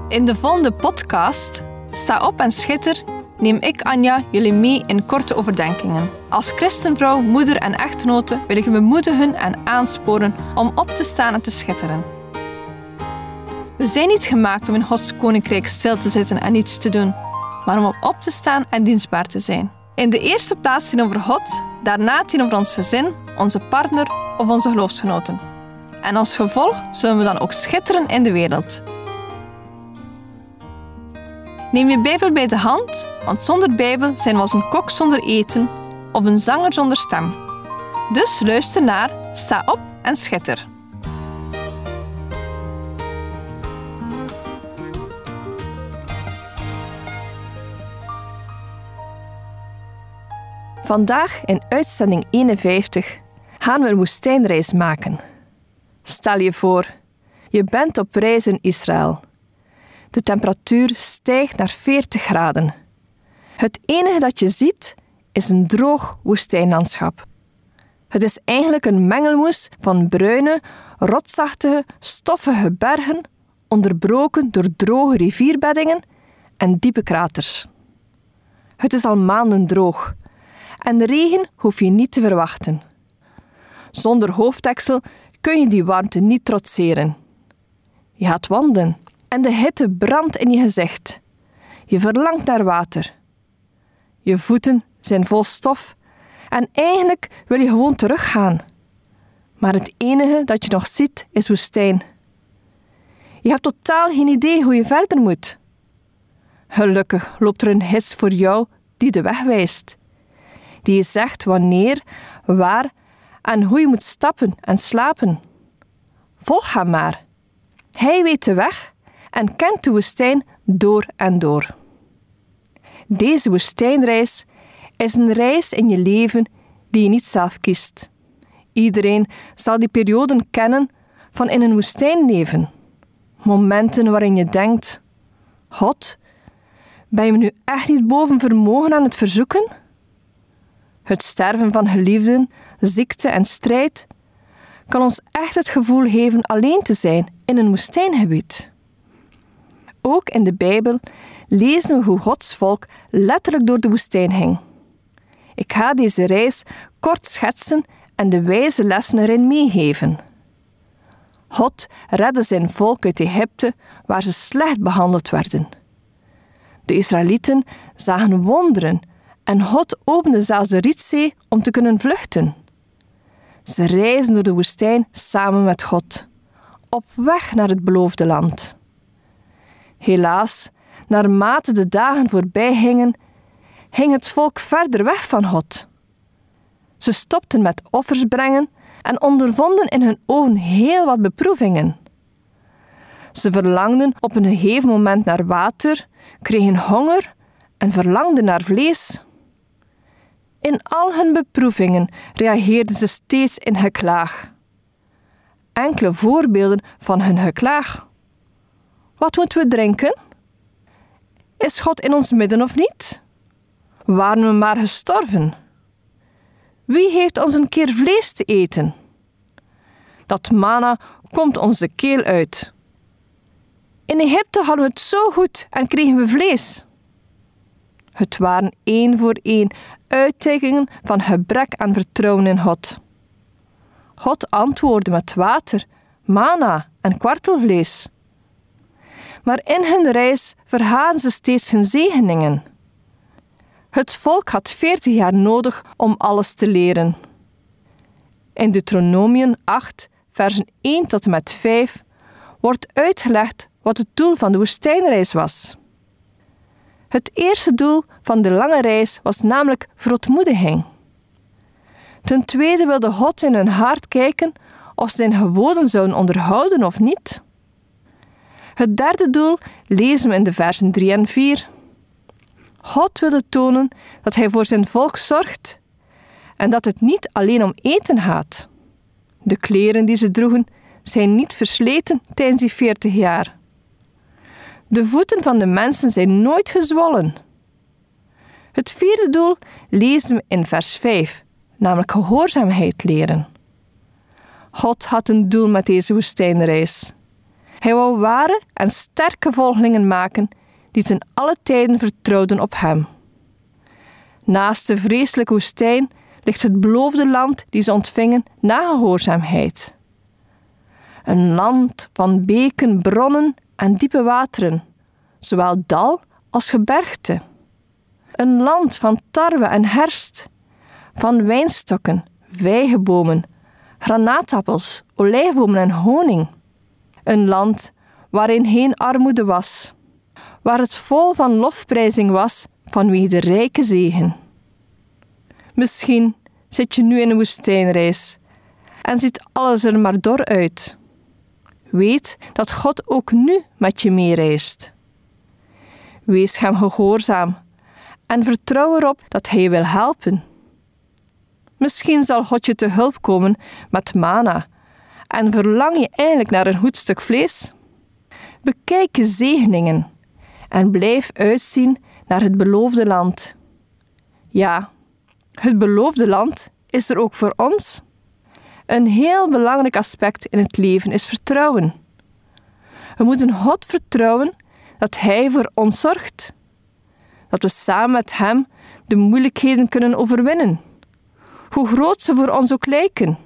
In de volgende podcast, Sta op en schitter, neem ik, Anja, jullie mee in korte overdenkingen. Als christenvrouw, moeder en echtgenote wil ik je bemoedigen en aansporen om op te staan en te schitteren. We zijn niet gemaakt om in Gods koninkrijk stil te zitten en niets te doen, maar om op te staan en dienstbaar te zijn. In de eerste plaats tegenover God, daarna tegenover ons gezin, onze partner of onze geloofsgenoten. En als gevolg zullen we dan ook schitteren in de wereld. Neem je Bijbel bij de hand, want zonder Bijbel zijn we als een kok zonder eten of een zanger zonder stem. Dus luister naar, sta op en schitter. Vandaag in uitzending 51 gaan we een woestijnreis maken. Stel je voor, je bent op reis in Israël. De temperatuur stijgt naar 40 graden. Het enige dat je ziet is een droog woestijnlandschap. Het is eigenlijk een mengelmoes van bruine, rotsachtige, stoffige bergen, onderbroken door droge rivierbeddingen en diepe kraters. Het is al maanden droog en de regen hoef je niet te verwachten. Zonder hoofddeksel kun je die warmte niet trotseren. Je gaat wandelen en de hitte brandt in je gezicht. Je verlangt naar water. Je voeten zijn vol stof en eigenlijk wil je gewoon teruggaan. Maar het enige dat je nog ziet is woestijn. Je hebt totaal geen idee hoe je verder moet. Gelukkig loopt er een gids voor jou die de weg wijst. Die je zegt wanneer, waar en hoe je moet stappen en slapen. Volg hem maar. Hij weet de weg en kent de woestijn door en door. Deze woestijnreis is een reis in je leven die je niet zelf kiest. Iedereen zal die perioden kennen van in een woestijn leven. Momenten waarin je denkt, God, ben je me nu echt niet boven vermogen aan het verzoeken? Het sterven van geliefden, ziekte en strijd kan ons echt het gevoel geven alleen te zijn in een woestijngebied. Ook in de Bijbel lezen we hoe Gods volk letterlijk door de woestijn ging. Ik ga deze reis kort schetsen en de wijze lessen erin meegeven. God redde zijn volk uit Egypte, waar ze slecht behandeld werden. De Israëlieten zagen wonderen en God opende zelfs de Rietzee om te kunnen vluchten. Ze reisden door de woestijn samen met God, op weg naar het beloofde land. Helaas, naarmate de dagen voorbij gingen, ging het volk verder weg van God. Ze stopten met offers brengen en ondervonden in hun ogen heel wat beproevingen. Ze verlangden op een gegeven moment naar water, kregen honger en verlangden naar vlees. In al hun beproevingen reageerden ze steeds in geklaag. Enkele voorbeelden van hun geklaag. Wat moeten we drinken? Is God in ons midden of niet? Waren we maar gestorven? Wie heeft ons een keer vlees te eten? Dat manna komt onze keel uit. In Egypte hadden we het zo goed en kregen we vlees. Het waren 1 voor 1 uittekenen van gebrek aan vertrouwen in God. God antwoordde met water, manna en kwartelvlees. Maar in hun reis vergaten ze steeds hun zegeningen. Het volk had 40 jaar nodig om alles te leren. In Deuteronomium 8, versen 1 tot en met 5 wordt uitgelegd wat het doel van de woestijnreis was. Het eerste doel van de lange reis was namelijk verootmoediging. Ten tweede wilde God in hun hart kijken of ze zijn geboden zouden onderhouden of niet. Het derde doel lezen we in de versen 3 en 4. God wilde tonen dat hij voor zijn volk zorgt en dat het niet alleen om eten gaat. De kleren die ze droegen zijn niet versleten tijdens die 40 jaar. De voeten van de mensen zijn nooit gezwollen. Het vierde doel lezen we in vers 5, namelijk gehoorzaamheid leren. God had een doel met deze woestijnreis. Hij wou ware en sterke volgelingen maken die ten alle tijden vertrouwden op hem. Naast de vreselijke woestijn ligt het beloofde land die ze ontvingen na gehoorzaamheid. Een land van beken, bronnen en diepe wateren, zowel dal als gebergte. Een land van tarwe en herfst, van wijnstokken, vijgenbomen, granaatappels, olijfbomen en honing. Een land waarin geen armoede was, waar het vol van lofprijzing was vanwege de rijke zegen. Misschien zit je nu in een woestijnreis en ziet alles er maar dor uit. Weet dat God ook nu met je meereist. Wees hem gehoorzaam en vertrouw erop dat hij je wil helpen. Misschien zal God je te hulp komen met manna en verlang je eindelijk naar een goed stuk vlees. Bekijk je zegeningen en blijf uitzien naar het beloofde land. Ja, het beloofde land is er ook voor ons. Een heel belangrijk aspect in het leven is vertrouwen. We moeten God vertrouwen dat Hij voor ons zorgt. Dat we samen met Hem de moeilijkheden kunnen overwinnen, hoe groot ze voor ons ook lijken.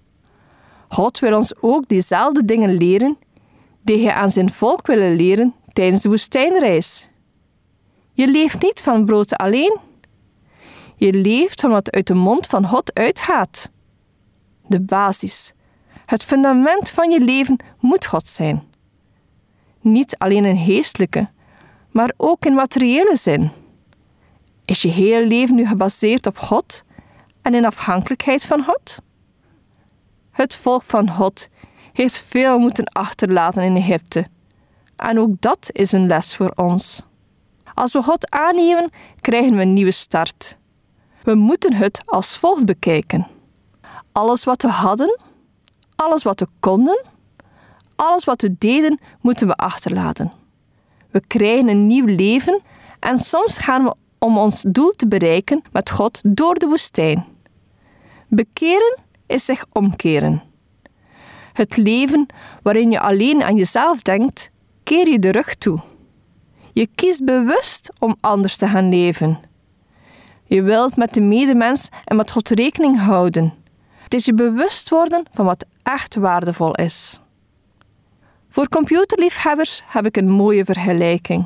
God wil ons ook diezelfde dingen leren die Hij aan zijn volk wil leren tijdens de woestijnreis. Je leeft niet van brood alleen. Je leeft van wat uit de mond van God uitgaat. De basis, het fundament van je leven moet God zijn. Niet alleen in geestelijke, maar ook in materiële zin. Is je hele leven nu gebaseerd op God en in afhankelijkheid van God? Het volk van God heeft veel moeten achterlaten in Egypte. En ook dat is een les voor ons. Als we God aannemen, krijgen we een nieuwe start. We moeten het als volgt bekijken. Alles wat we hadden, alles wat we konden, alles wat we deden, moeten we achterlaten. We krijgen een nieuw leven en soms gaan we om ons doel te bereiken met God door de woestijn. Bekeren is zich omkeren. Het leven waarin je alleen aan jezelf denkt, keer je de rug toe. Je kiest bewust om anders te gaan leven. Je wilt met de medemens en met God rekening houden. Het is je bewust worden van wat echt waardevol is. Voor computerliefhebbers heb ik een mooie vergelijking.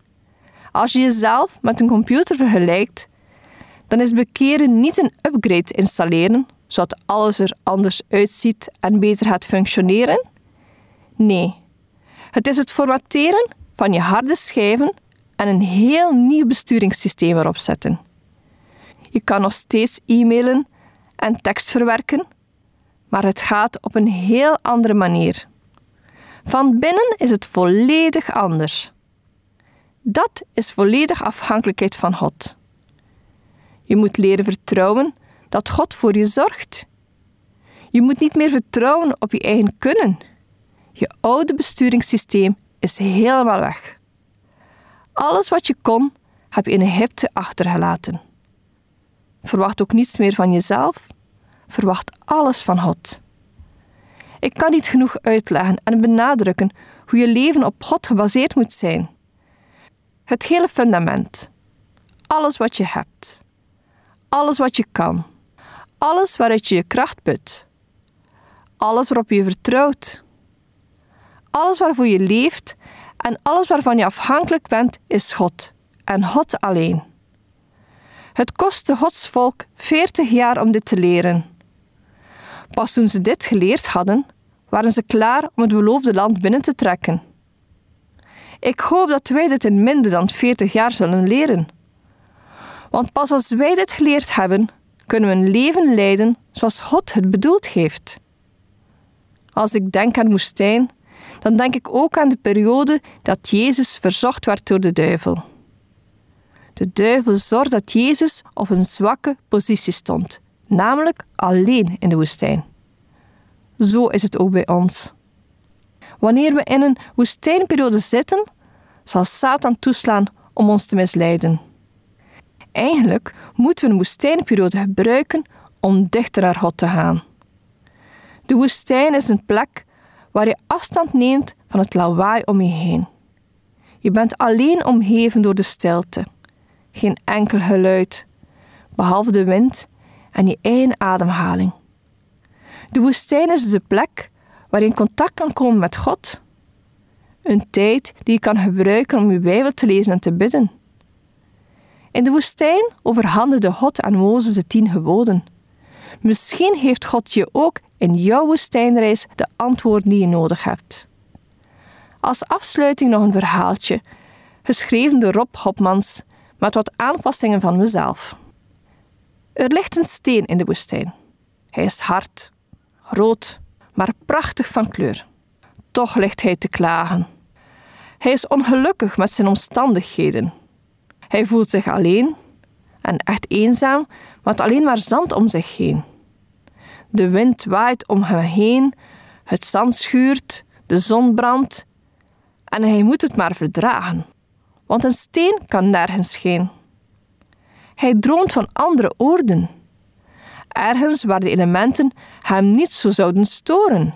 Als je jezelf met een computer vergelijkt, dan is bekeren niet een upgrade installeren, zodat alles er anders uitziet en beter gaat functioneren. Nee, het is het formateren van je harde schijven en een heel nieuw besturingssysteem erop zetten. Je kan nog steeds e-mailen en tekst verwerken, maar het gaat op een heel andere manier. Van binnen is het volledig anders. Dat is volledig afhankelijkheid van God. Je moet leren vertrouwen dat God voor je zorgt. Je moet niet meer vertrouwen op je eigen kunnen. Je oude besturingssysteem is helemaal weg. Alles wat je kon, heb je in Egypte achtergelaten. Verwacht ook niets meer van jezelf. Verwacht alles van God. Ik kan niet genoeg uitleggen en benadrukken hoe je leven op God gebaseerd moet zijn. Het hele fundament. Alles wat je hebt. Alles wat je kan. Alles waaruit je je kracht put. Alles waarop je vertrouwt. Alles waarvoor je leeft en alles waarvan je afhankelijk bent is God en God alleen. Het kostte Gods volk 40 jaar om dit te leren. Pas toen ze dit geleerd hadden, waren ze klaar om het beloofde land binnen te trekken. Ik hoop dat wij dit in minder dan 40 jaar zullen leren. Want pas als wij dit geleerd hebben, kunnen we een leven leiden zoals God het bedoeld heeft. Als ik denk aan woestijn, dan denk ik ook aan de periode dat Jezus verzocht werd door de duivel. De duivel zorgde dat Jezus op een zwakke positie stond, namelijk alleen in de woestijn. Zo is het ook bij ons. Wanneer we in een woestijnperiode zitten, zal Satan toeslaan om ons te misleiden. Eigenlijk moeten we een woestijnperiode gebruiken om dichter naar God te gaan. De woestijn is een plek waar je afstand neemt van het lawaai om je heen. Je bent alleen omgeven door de stilte. Geen enkel geluid, behalve de wind en je eigen ademhaling. De woestijn is de plek waar je in contact kan komen met God. Een tijd die je kan gebruiken om je Bijbel te lezen en te bidden. In de woestijn overhandigde God aan Mozes de 10 geboden. Misschien heeft God je ook in jouw woestijnreis de antwoorden die je nodig hebt. Als afsluiting nog een verhaaltje, geschreven door Rob Hopmans, met wat aanpassingen van mezelf. Er ligt een steen in de woestijn. Hij is hard, groot, maar prachtig van kleur. Toch ligt hij te klagen. Hij is ongelukkig met zijn omstandigheden. Hij voelt zich alleen en echt eenzaam, met alleen maar zand om zich heen. De wind waait om hem heen, het zand schuurt, de zon brandt en hij moet het maar verdragen, want een steen kan nergens heen. Hij droomt van andere oorden, ergens waar de elementen hem niet zo zouden storen.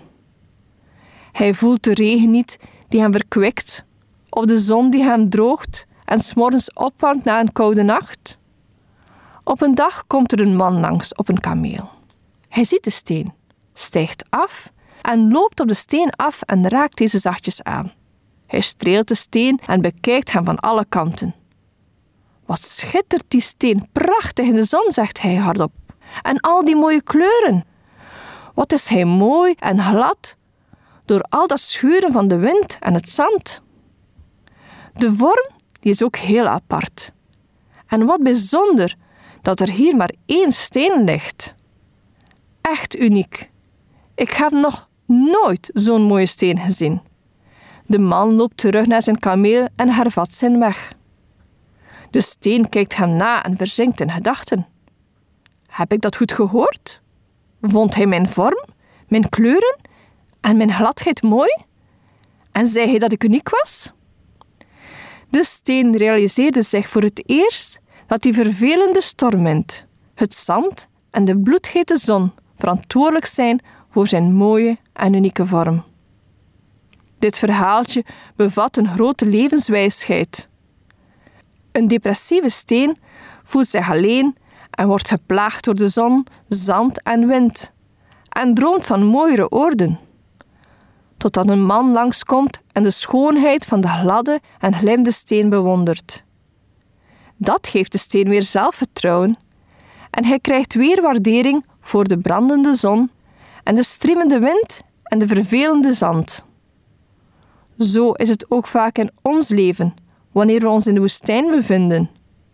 Hij voelt de regen niet die hem verkwikt, of de zon die hem droogt en 's morgens opwarmt na een koude nacht. Op een dag komt er een man langs op een kameel. Hij ziet de steen, stijgt af en loopt op de steen af en raakt deze zachtjes aan. Hij streelt de steen en bekijkt hem van alle kanten. Wat schittert die steen prachtig in de zon, zegt hij hardop. En al die mooie kleuren. Wat is hij mooi en glad, door al dat schuren van de wind en het zand. De vorm die is ook heel apart. En wat bijzonder dat er hier maar 1 steen ligt. Echt uniek. Ik heb nog nooit zo'n mooie steen gezien. De man loopt terug naar zijn kameel en hervat zijn weg. De steen kijkt hem na en verzinkt in gedachten. Heb ik dat goed gehoord? Vond hij mijn vorm, mijn kleuren en mijn gladheid mooi? En zei hij dat ik uniek was? De steen realiseerde zich voor het eerst dat die vervelende stormwind, het zand en de bloedhete zon verantwoordelijk zijn voor zijn mooie en unieke vorm. Dit verhaaltje bevat een grote levenswijsheid. Een depressieve steen voelt zich alleen en wordt geplaagd door de zon, zand en wind en droomt van mooiere oorden. Totdat een man langskomt en de schoonheid van de gladde en glimde steen bewondert. Dat geeft de steen weer zelfvertrouwen en hij krijgt weer waardering voor de brandende zon en de striemende wind en de vervelende zand. Zo is het ook vaak in ons leven, wanneer we ons in de woestijn bevinden.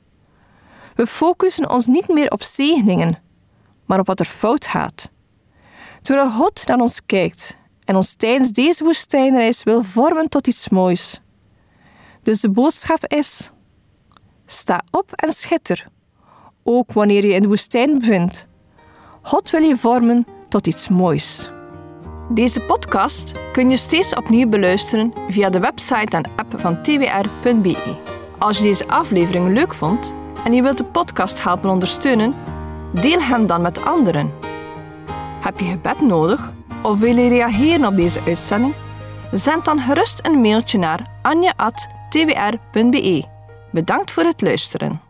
We focussen ons niet meer op zegeningen, maar op wat er fout gaat. Terwijl God naar ons kijkt en ons tijdens deze woestijnreis wil vormen tot iets moois. Dus de boodschap is: sta op en schitter, ook wanneer je in de woestijn bevindt. God wil je vormen tot iets moois. Deze podcast kun je steeds opnieuw beluisteren via de website en app van twr.be. Als je deze aflevering leuk vond en je wilt de podcast helpen ondersteunen, deel hem dan met anderen. Heb je gebed nodig of wil je reageren op deze uitzending? Zend dan gerust een mailtje naar anja@twr.be. Bedankt voor het luisteren.